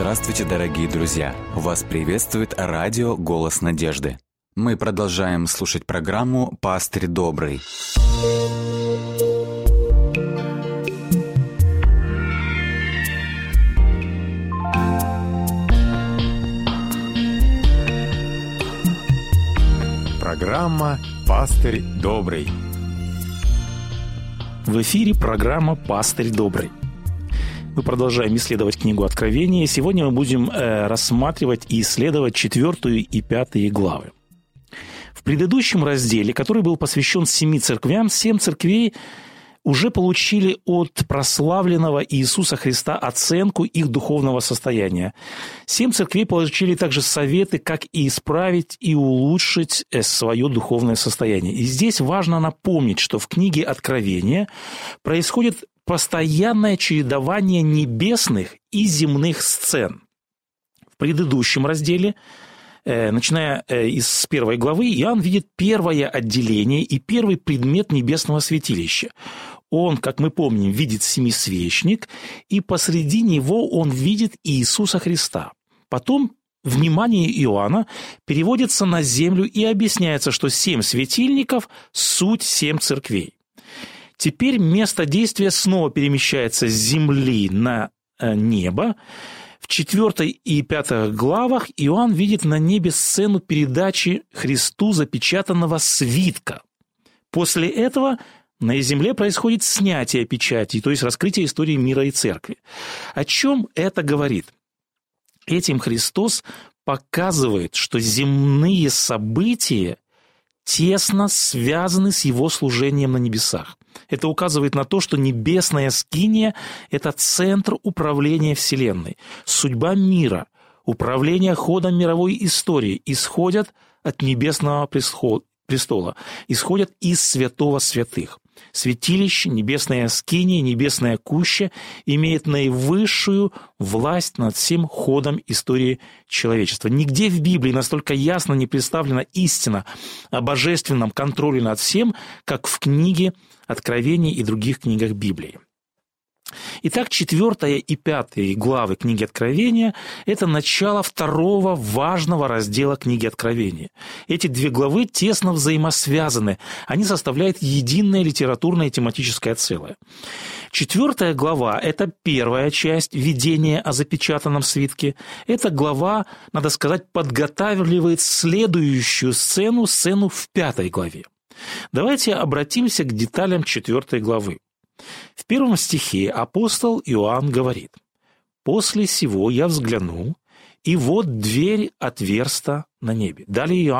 Здравствуйте, дорогие друзья! Вас приветствует радио «Голос надежды». Мы продолжаем слушать программу «Пастырь добрый». Программа «Пастырь добрый». В эфире программа «Пастырь добрый». Мы продолжаем исследовать книгу Откровения. Сегодня мы будем рассматривать и исследовать 4 и 5 главы. В предыдущем разделе, который был посвящен 7 церквям, 7 церквей уже получили от прославленного Иисуса Христа оценку их духовного состояния. 7 церквей получили также советы, как и исправить и улучшить свое духовное состояние. И здесь важно напомнить, что в книге Откровения происходит постоянное чередование небесных и земных сцен. В предыдущем разделе, начиная с 1 главы, Иоанн видит первое отделение и первый предмет небесного святилища. Он, как мы помним, видит семисвечник, и посреди него он видит Иисуса Христа. Потом внимание Иоанна переводится на землю и объясняется, что 7 светильников – суть 7 церквей. Теперь место действия снова перемещается с земли на небо. В 4 и 5 главах Иоанн видит на небе сцену передачи Христу запечатанного свитка. После этого на земле происходит снятие печати, то есть раскрытие истории мира и церкви. О чем это говорит? Этим Христос показывает, что земные события тесно связаны с его служением на небесах. Это указывает на то, что небесная скиния – это центр управления Вселенной. Судьба мира, управление ходом мировой истории исходят от небесного престола, исходят из святого святых. Святилище, небесная скиния, небесная куща имеет наивысшую власть над всем ходом истории человечества. Нигде в Библии настолько ясно не представлена истина о божественном контроле над всем, как в книге Откровения и других книгах Библии. Итак, 4 и 5 главы книги Откровения – это начало второго важного раздела книги Откровения. Эти 2 главы тесно взаимосвязаны, они составляют единое литературное и тематическое целое. 4 глава – это первая часть видения о запечатанном свитке. Эта глава, надо сказать, подготавливает следующую сцену в 5 главе. Давайте обратимся к деталям 4 главы. В 1 стихе апостол Иоанн говорит: «После сего я взглянул, и вот дверь отверста на небе». Далее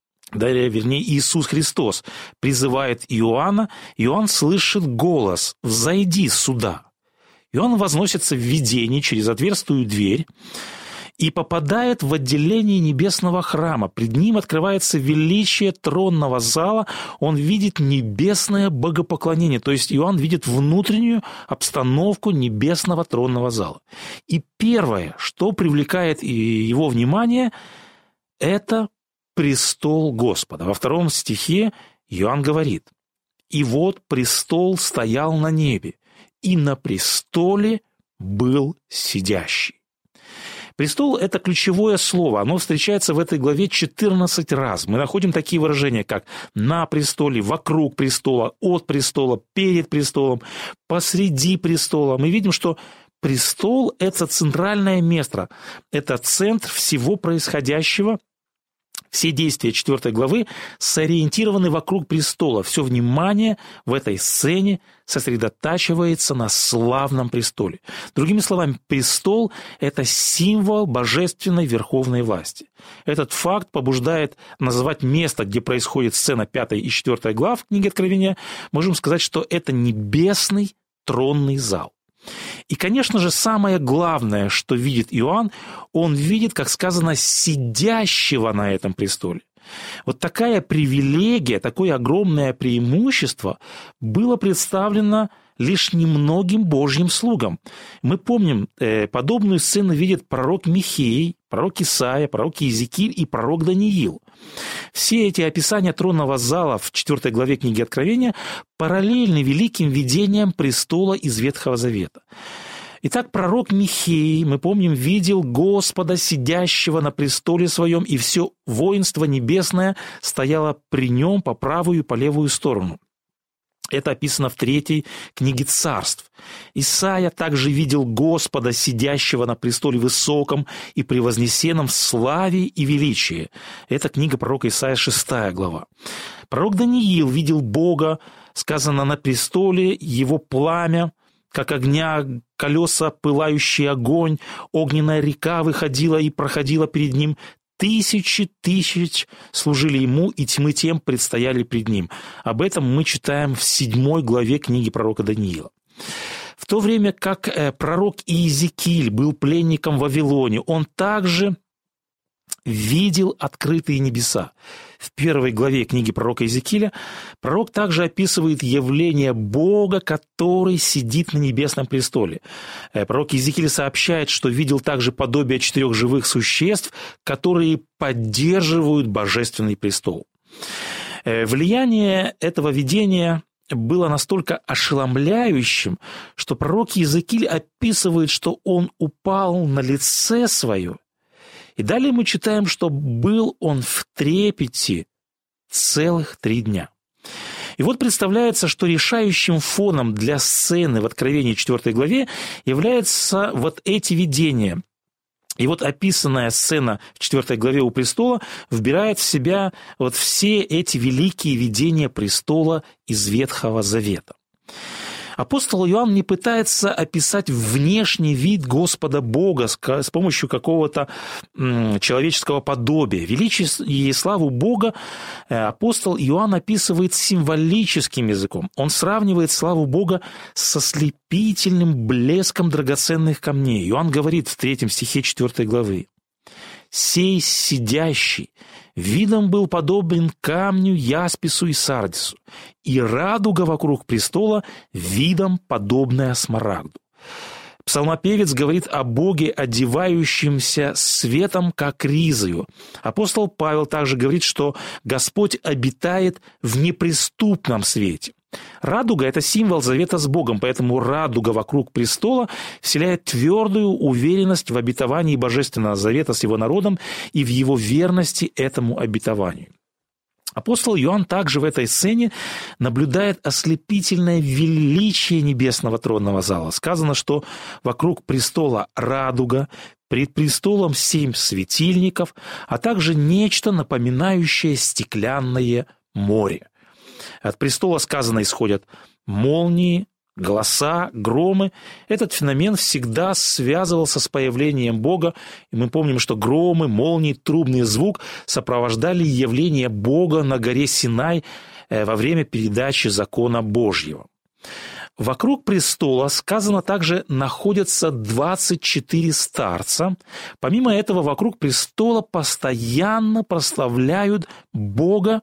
Иисус Христос призывает Иоанна, Иоанн слышит голос: «Взойди сюда». Иоанн возносится в видении через отверстую дверь и попадает в отделение небесного храма. Пред ним открывается величие тронного зала, он видит небесное богопоклонение, то есть Иоанн видит внутреннюю обстановку небесного тронного зала. И первое, что привлекает его внимание, это престол Господа. Во 2 стихе Иоанн говорит: «И вот престол стоял на небе, и на престоле был сидящий». Престол – это ключевое слово, оно встречается в этой главе 14 раз. Мы находим такие выражения, как «на престоле», «вокруг престола», «от престола», «перед престолом», «посреди престола». Мы видим, что престол – это центральное место, это центр всего происходящего. Все действия 4 главы сориентированы вокруг престола. Все внимание в этой сцене сосредотачивается на славном престоле. Другими словами, престол – это символ божественной верховной власти. Этот факт побуждает называть место, где происходит сцена 5 и 4 глав книги Откровения. Можем сказать, что это небесный тронный зал. И, конечно же, самое главное, что видит Иоанн, он видит, как сказано, сидящего на этом престоле. Вот такая привилегия, такое огромное преимущество было представлено лишь немногим Божьим слугам. Мы помним, подобную сцену видит пророк Михей, пророк Исаия, пророк Иезекииль и пророк Даниил. Все эти описания тронного зала в 4 главе книги Откровения параллельны великим видениям престола из Ветхого Завета. Итак, пророк Михей, мы помним, видел Господа, сидящего на престоле своем, и все воинство небесное стояло при нем по правую и по левую сторону. Это описано в 3 книге Царств. Исаия также видел Господа, сидящего на престоле высоком и превознесенном в славе и величии. Это книга пророка Исаия, 6 глава. Пророк Даниил видел Бога, сказано, на престоле, его пламя, как огня, колеса, пылающий огонь, огненная река выходила и проходила перед ним. Тысячи тысяч служили ему, и тьмы тем предстояли пред ним. Об этом мы читаем в 7 главе книги пророка Даниила. В то время как пророк Иезекииль был пленником в Вавилоне, он также видел открытые небеса. В 1 главе книги пророка Иезекииля пророк также описывает явление Бога, который сидит на небесном престоле. Пророк Иезекииль сообщает, что видел также подобие 4 живых существ, которые поддерживают божественный престол. Влияние этого видения было настолько ошеломляющим, что пророк Иезекииль описывает, что он упал на лице свое. И далее мы читаем, что был он в трепете целых 3 дня. И вот представляется, что решающим фоном для сцены в Откровении 4 главе являются вот эти видения. И вот описанная сцена в 4 главе у престола вбирает в себя вот все эти великие видения престола из Ветхого Завета. Апостол Иоанн не пытается описать внешний вид Господа Бога с помощью какого-то человеческого подобия. Величие и славу Бога апостол Иоанн описывает символическим языком. Он сравнивает славу Бога со слепительным блеском драгоценных камней. Иоанн говорит в 3 стихе 4 главы: «Сей сидящий видом был подобен камню, яспису и сардису, и радуга вокруг престола видом подобная смарагду». Псалмопевец говорит о Боге, одевающемся светом, как ризою. Апостол Павел также говорит, что Господь обитает в неприступном свете. Радуга – это символ завета с Богом, поэтому радуга вокруг престола вселяет твердую уверенность в обетовании Божественного завета с его народом и в его верности этому обетованию. Апостол Иоанн также в этой сцене наблюдает ослепительное величие небесного тронного зала. Сказано, что вокруг престола радуга, пред престолом 7 светильников, а также нечто напоминающее стеклянное море. От престола, сказано, исходят молнии, голоса, громы. Этот феномен всегда связывался с появлением Бога. И мы помним, что громы, молнии, трубный звук сопровождали явление Бога на горе Синай во время передачи закона Божьего. Вокруг престола, сказано, также находятся 24 старца. Помимо этого, вокруг престола постоянно прославляют Бога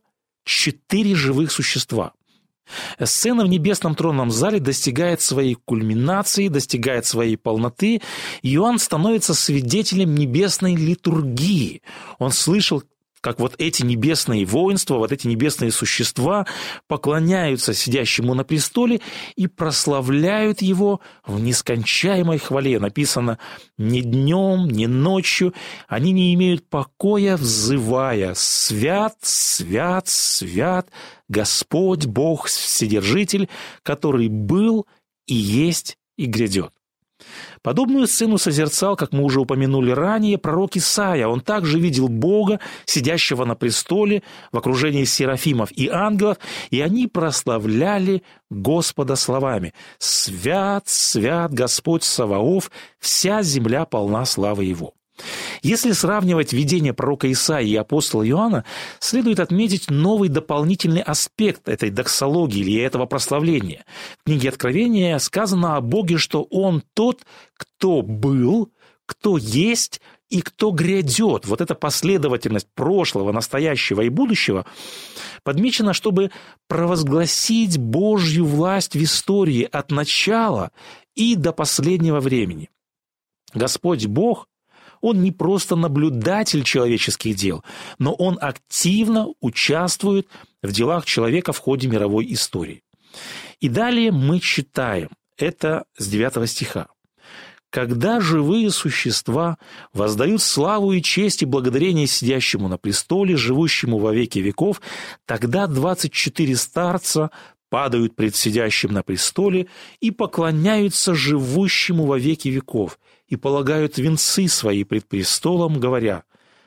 4 живых существа. Сцена в небесном тронном зале достигает своей кульминации, достигает своей полноты. Иоанн становится свидетелем небесной литургии. Он слышал, как вот эти небесные воинства, вот эти небесные существа поклоняются сидящему на престоле и прославляют его в нескончаемой хвале. Написано: «Ни днем, ни ночью они не имеют покоя, взывая: свят, свят, свят Господь Бог Вседержитель, который был и есть и грядет». Подобную сцену созерцал, как мы уже упомянули ранее, пророк Исаия. Он также видел Бога, сидящего на престоле в окружении серафимов и ангелов, и они прославляли Господа словами: «Свят, свят Господь Саваоф, вся земля полна славы Его». Если сравнивать видение пророка Исаии и апостола Иоанна, следует отметить новый дополнительный аспект этой доксологии или этого прославления. В книге Откровения сказано о Боге, что Он тот, кто был, кто есть и кто грядет. Вот эта последовательность прошлого, настоящего и будущего подмечена, чтобы провозгласить Божью власть в истории от начала и до последнего времени. Господь Бог, Он не просто наблюдатель человеческих дел, но Он активно участвует в делах человека в ходе мировой истории. И далее мы читаем, это с 9 стиха. когда живые существа воздают славу и честь и благодарение сидящему на престоле, живущему во веки веков, тогда 24 старца падают пред сидящим на престоле и поклоняются живущему во веки веков, и полагают венцы свои пред престолом, говоря: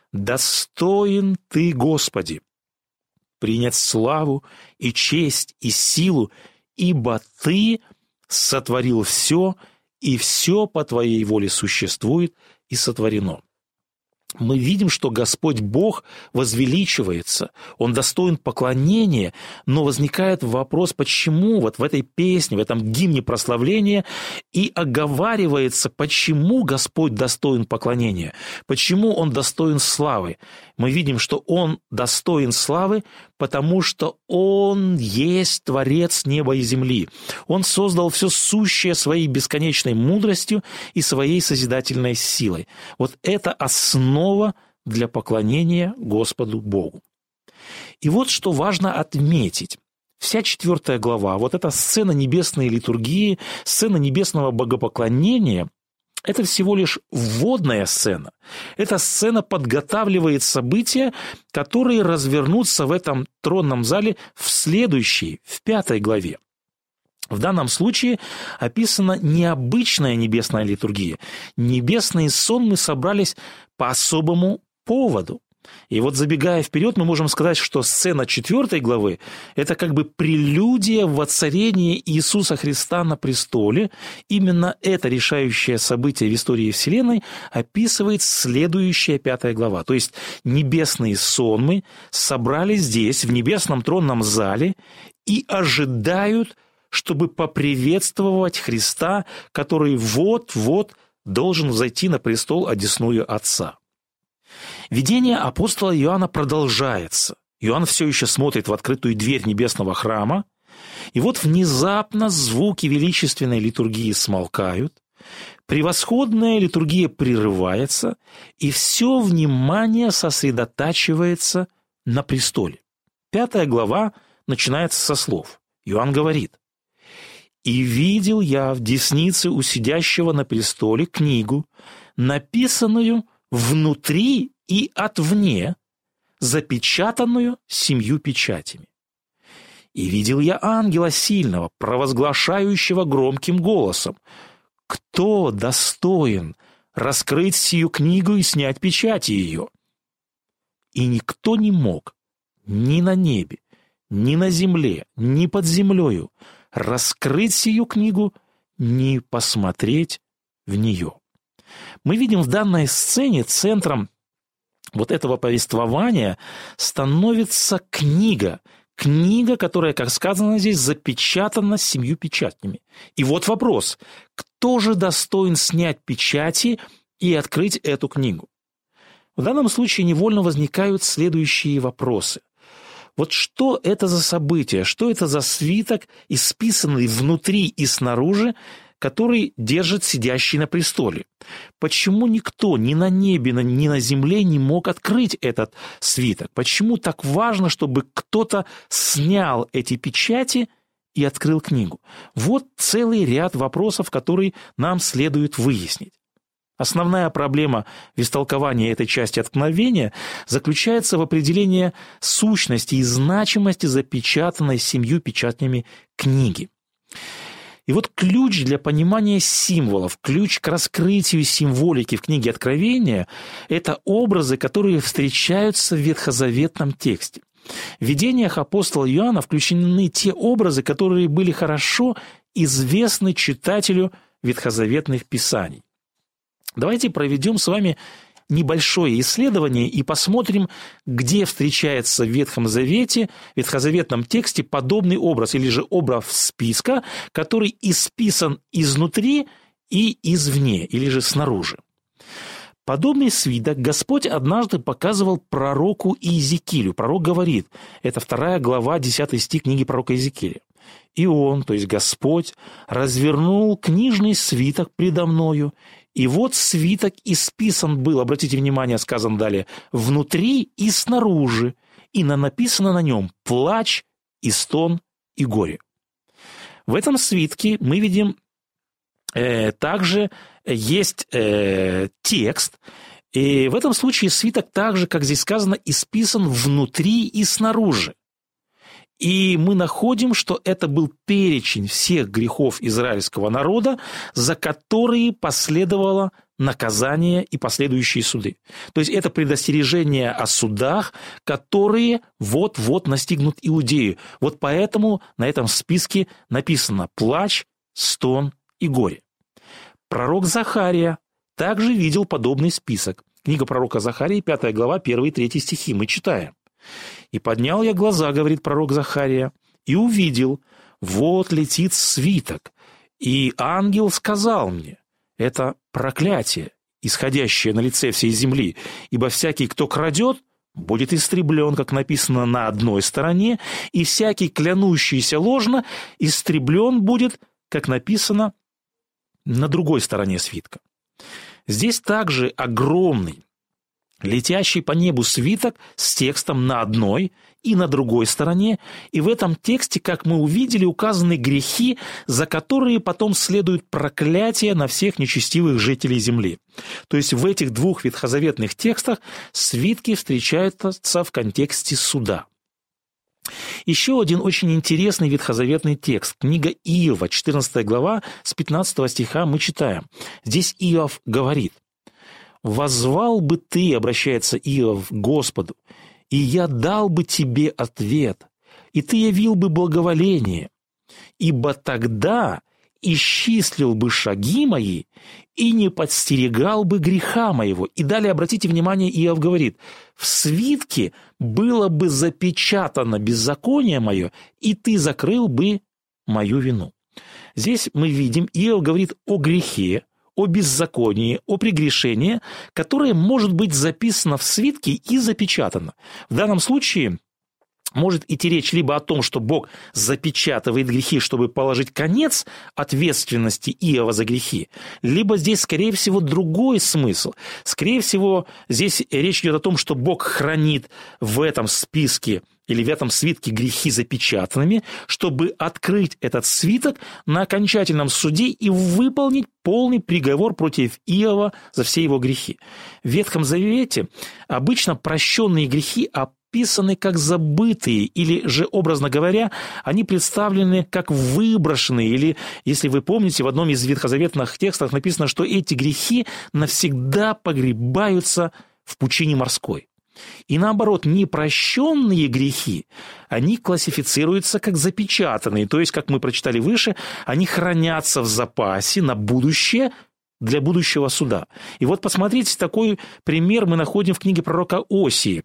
«Достоин Ты, Господи, принять славу и честь и силу, ибо Ты сотворил все, и все по Твоей воле существует и сотворено». Мы видим, что Господь Бог возвеличивается, Он достоин поклонения, но возникает вопрос, почему вот в этой песне, в этом гимне прославления и оговаривается, почему Господь достоин поклонения, почему Он достоин славы. Мы видим, что Он достоин славы, потому что Он есть Творец неба и земли. Он создал все сущее своей бесконечной мудростью и своей созидательной силой. Вот это основа для поклонения Господу Богу. И вот что важно отметить. Вся 4 глава, вот эта сцена небесной литургии, сцена небесного богопоклонения, это всего лишь вводная сцена. Эта сцена подготавливает события, которые развернутся в этом тронном зале в следующей, в 5 главе. В данном случае описана необычная небесная литургия. Небесные сонмы собрались по особому поводу. И вот, забегая вперед, мы можем сказать, что сцена 4 главы – это как бы прелюдия в воцарение Иисуса Христа на престоле. Именно это решающее событие в истории Вселенной описывает следующая 5 глава. То есть небесные сонмы собрались здесь, в небесном тронном зале, и ожидают, чтобы поприветствовать Христа, который вот-вот должен взойти на престол одесную Отца. Видение апостола Иоанна продолжается. Иоанн все еще смотрит в открытую дверь небесного храма, и вот внезапно звуки величественной литургии смолкают, превосходная литургия прерывается, и все внимание сосредотачивается на престоле. 5 глава начинается со слов. Иоанн говорит: «И видел я в деснице у сидящего на престоле книгу, написанную внутри и отвне, запечатанную 7 печатями. И видел я ангела сильного, провозглашающего громким голосом: кто достоин раскрыть сию книгу и снять печати ее? И никто не мог ни на небе, ни на земле, ни под землею раскрыть сию книгу, ни посмотреть в нее». Мы видим в данной сцене центром вот этого повествования становится книга, которая, как сказано здесь, запечатана 7 печатями. И вот вопрос: кто же достоин снять печати и открыть эту книгу? В данном случае невольно возникают следующие вопросы. Вот что это за событие, что это за свиток, исписанный внутри и снаружи, который держит сидящий на престоле? Почему никто ни на небе, ни на земле не мог открыть этот свиток? Почему так важно, чтобы кто-то снял эти печати и открыл книгу? Вот целый ряд вопросов, которые нам следует выяснить. Основная проблема в истолковании этой части Откровения заключается в определении сущности и значимости запечатанной 7 печатями книги. И вот ключ для понимания символов, ключ к раскрытию символики в книге Откровения – это образы, которые встречаются в ветхозаветном тексте. В видениях апостола Иоанна включены те образы, которые были хорошо известны читателю ветхозаветных писаний. Давайте проведем с вами небольшое исследование и посмотрим, где встречается в Ветхом Завете, в ветхозаветном тексте подобный образ, или же образ списка, который исписан изнутри и извне, или же снаружи. Подобный свиток Господь однажды показывал пророку Иезекиилю. Пророк говорит, это 2 глава, 10 стих книги пророка Иезекииля. «И он, то есть Господь, развернул книжный свиток предо мною, и вот свиток исписан был, обратите внимание, сказано далее, внутри и снаружи, и написано на нем плач и стон и горе». В этом свитке мы видим также есть текст, и в этом случае свиток также, как здесь сказано, исписан внутри и снаружи. И мы находим, что это был перечень всех грехов израильского народа, за которые последовало наказание и последующие суды. То есть это предостережение о судах, которые вот-вот настигнут Иудею. Вот поэтому на этом списке написано «плач, стон и горе». Пророк Захария также видел подобный список. Книга пророка Захарии, 5 глава, 1 и 3 стихи. Мы читаем. «И поднял я глаза, — говорит пророк Захария, — и увидел, вот летит свиток, и ангел сказал мне, это проклятие, исходящее на лице всей земли, ибо всякий, кто крадет, будет истреблен, как написано, на одной стороне, и всякий, клянущийся ложно, истреблен будет, как написано, на другой стороне свитка». Здесь также огромный, летящий по небу свиток с текстом на одной и на другой стороне, и в этом тексте, как мы увидели, указаны грехи, за которые потом следует проклятие на всех нечестивых жителей земли. То есть в этих двух ветхозаветных текстах свитки встречаются в контексте суда. Еще один очень интересный ветхозаветный текст. Книга Иова, 14 глава, с 15 стиха мы читаем. Здесь Иов говорит: «Воззвал бы ты, — обращается Иов к Господу, — и я дал бы тебе ответ, и ты явил бы благоволение, ибо тогда исчислил бы шаги мои и не подстерегал бы греха моего». И далее, обратите внимание, Иов говорит: «В свитке было бы запечатано беззаконие мое, и ты закрыл бы мою вину». Здесь мы видим, Иов говорит о грехе, о беззаконии, о прегрешении, которое может быть записано в свитке и запечатано. В данном случае может идти речь либо о том, что Бог запечатывает грехи, чтобы положить конец ответственности Иова за грехи, либо здесь, скорее всего, другой смысл. Скорее всего, здесь речь идет о том, что Бог хранит в этом списке или в этом свитке грехи запечатанными, чтобы открыть этот свиток на окончательном суде и выполнить полный приговор против Иова за все его грехи. В Ветхом Завете обычно прощенные грехи описаны как забытые, или же, образно говоря, они представлены как выброшенные, или, если вы помните, в одном из ветхозаветных текстов написано, что эти грехи навсегда погребаются в пучине морской. И наоборот, непрощенные грехи, они классифицируются как запечатанные, то есть, как мы прочитали выше, они хранятся в запасе на будущее, для будущего суда. И вот посмотрите, такой пример мы находим в книге пророка Осии.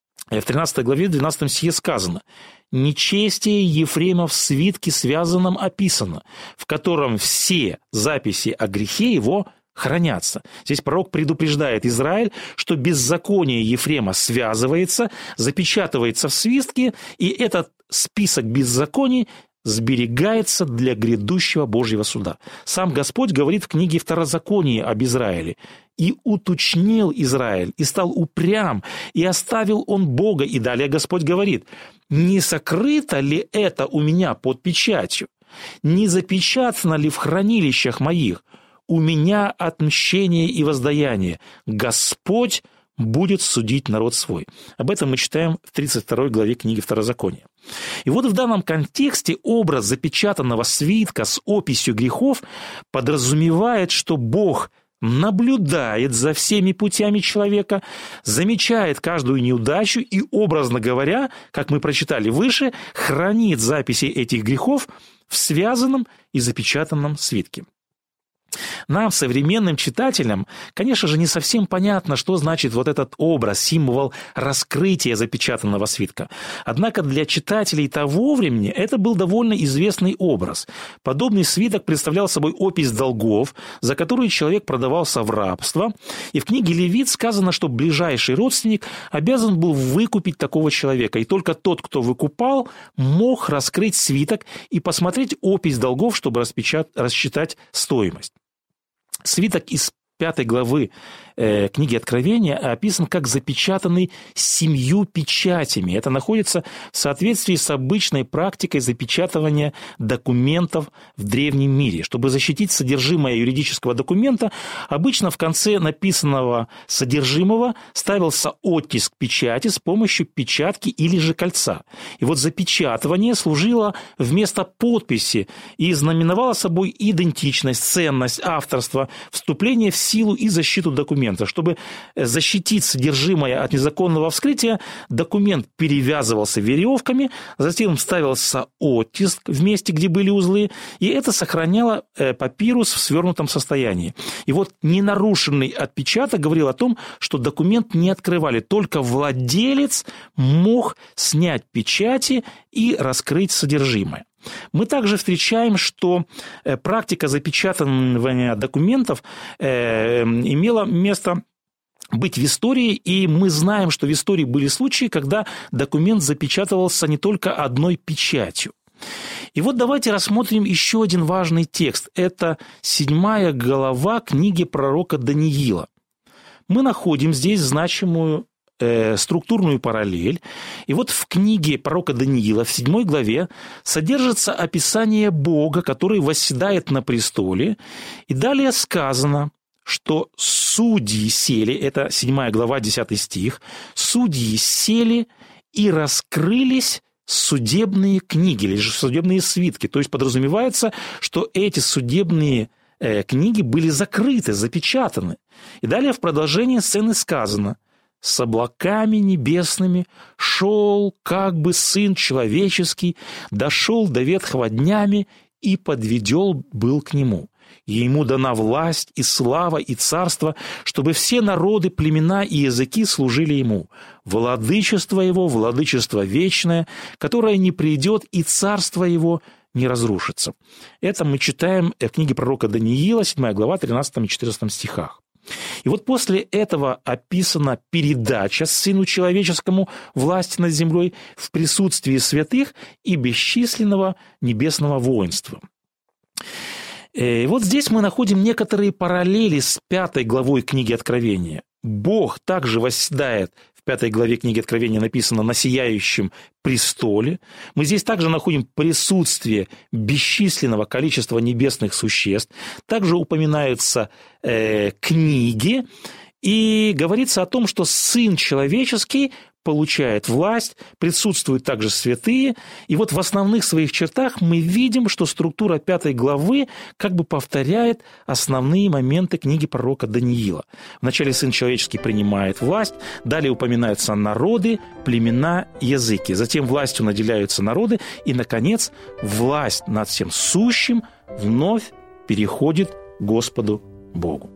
В 13 главе, 12 стихе сказано: «Нечестие Ефрема в свитке связанном описано, в котором все записи о грехе его хранятся». Здесь пророк предупреждает Израиль, что беззаконие Ефрема связывается, запечатывается в свитке, и этот список беззаконий сберегается для грядущего Божьего суда. Сам Господь говорит в книге Второзакония об Израиле: «И уточнил Израиль, и стал упрям, и оставил он Бога». И далее Господь говорит: «Не сокрыто ли это у меня под печатью? Не запечатано ли в хранилищах моих? У меня отмщение и воздаяние. Господь будет судить народ свой». Об этом мы читаем в 32 главе книги Второзакония. И вот в данном контексте образ запечатанного свитка с описью грехов подразумевает, что Бог наблюдает за всеми путями человека, замечает каждую неудачу и, образно говоря, как мы прочитали выше, хранит записи этих грехов в связанном и запечатанном свитке. Нам, современным читателям, конечно же, не совсем понятно, что значит вот этот образ, символ раскрытия запечатанного свитка. Однако для читателей того времени это был довольно известный образ. Подобный свиток представлял собой опись долгов, за которые человек продавался в рабство. И в книге Левит сказано, что ближайший родственник обязан был выкупить такого человека. И только тот, кто выкупал, мог раскрыть свиток и посмотреть опись долгов, чтобы рассчитать стоимость. Свиток из 5 главы книги Откровения описан как запечатанный 7 печатями. Это находится в соответствии с обычной практикой запечатывания документов в древнем мире. Чтобы защитить содержимое юридического документа, обычно в конце написанного содержимого ставился оттиск печати с помощью печатки или же кольца. И вот запечатывание служило вместо подписи и знаменовало собой идентичность, ценность, авторство, вступление в силу и защиту документа. Чтобы защитить содержимое от незаконного вскрытия, документ перевязывался веревками, затем ставился оттиск в месте, где были узлы, и это сохраняло папирус в свернутом состоянии. И вот ненарушенный отпечаток говорил о том, что документ не открывали, только владелец мог снять печати и раскрыть содержимое. Мы также встречаем, что практика запечатывания документов имела место быть в истории, и мы знаем, что в истории были случаи, когда документ запечатывался не только одной печатью. И вот давайте рассмотрим еще один важный текст. Это 7 глава книги пророка Даниила. Мы находим здесь значимую структурную параллель. И вот в книге пророка Даниила в 7 главе содержится описание Бога, который восседает на престоле. И далее сказано, что судьи сели, это 7 глава, 10 стих, судьи сели и раскрылись судебные книги или же судебные свитки. То есть подразумевается, что эти судебные книги были закрыты, запечатаны. И далее в продолжении сцены сказано: «С облаками небесными шел как бы Сын Человеческий, дошел до ветхого днями и подведен был к нему. И ему дана власть и слава и царство, чтобы все народы, племена и языки служили ему. Владычество его, владычество вечное, которое не придет, и царство его не разрушится». Это мы читаем в книге пророка Даниила, 7 глава, 13 и 14 стихах. И вот после этого описана передача Сыну Человеческому власти над землей в присутствии святых и бесчисленного небесного воинства. И вот здесь мы находим некоторые параллели с 5 главой книги Откровения. Бог также восседает, в 5 главе книги Откровения написано, на сияющем престоле. Мы здесь также находим присутствие бесчисленного количества небесных существ. Также упоминаются книги, и говорится о том, что Сын Человеческий получает власть, присутствуют также святые. И вот в основных своих чертах мы видим, что структура 5 главы как бы повторяет основные моменты книги пророка Даниила. Вначале Сын Человеческий принимает власть, далее упоминаются народы, племена, языки. Затем властью наделяются народы, и, наконец, власть над всем сущим вновь переходит к Господу Богу.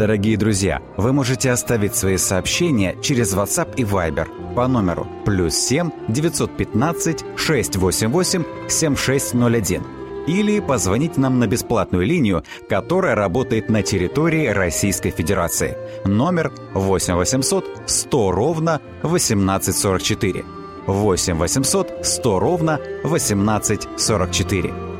Дорогие друзья, вы можете оставить свои сообщения через WhatsApp и Viber по номеру +7 915 688 7601 или позвонить нам на бесплатную линию, которая работает на территории Российской Федерации. Номер 8 800 100 ровно 1844. 8 800 100 ровно 1844.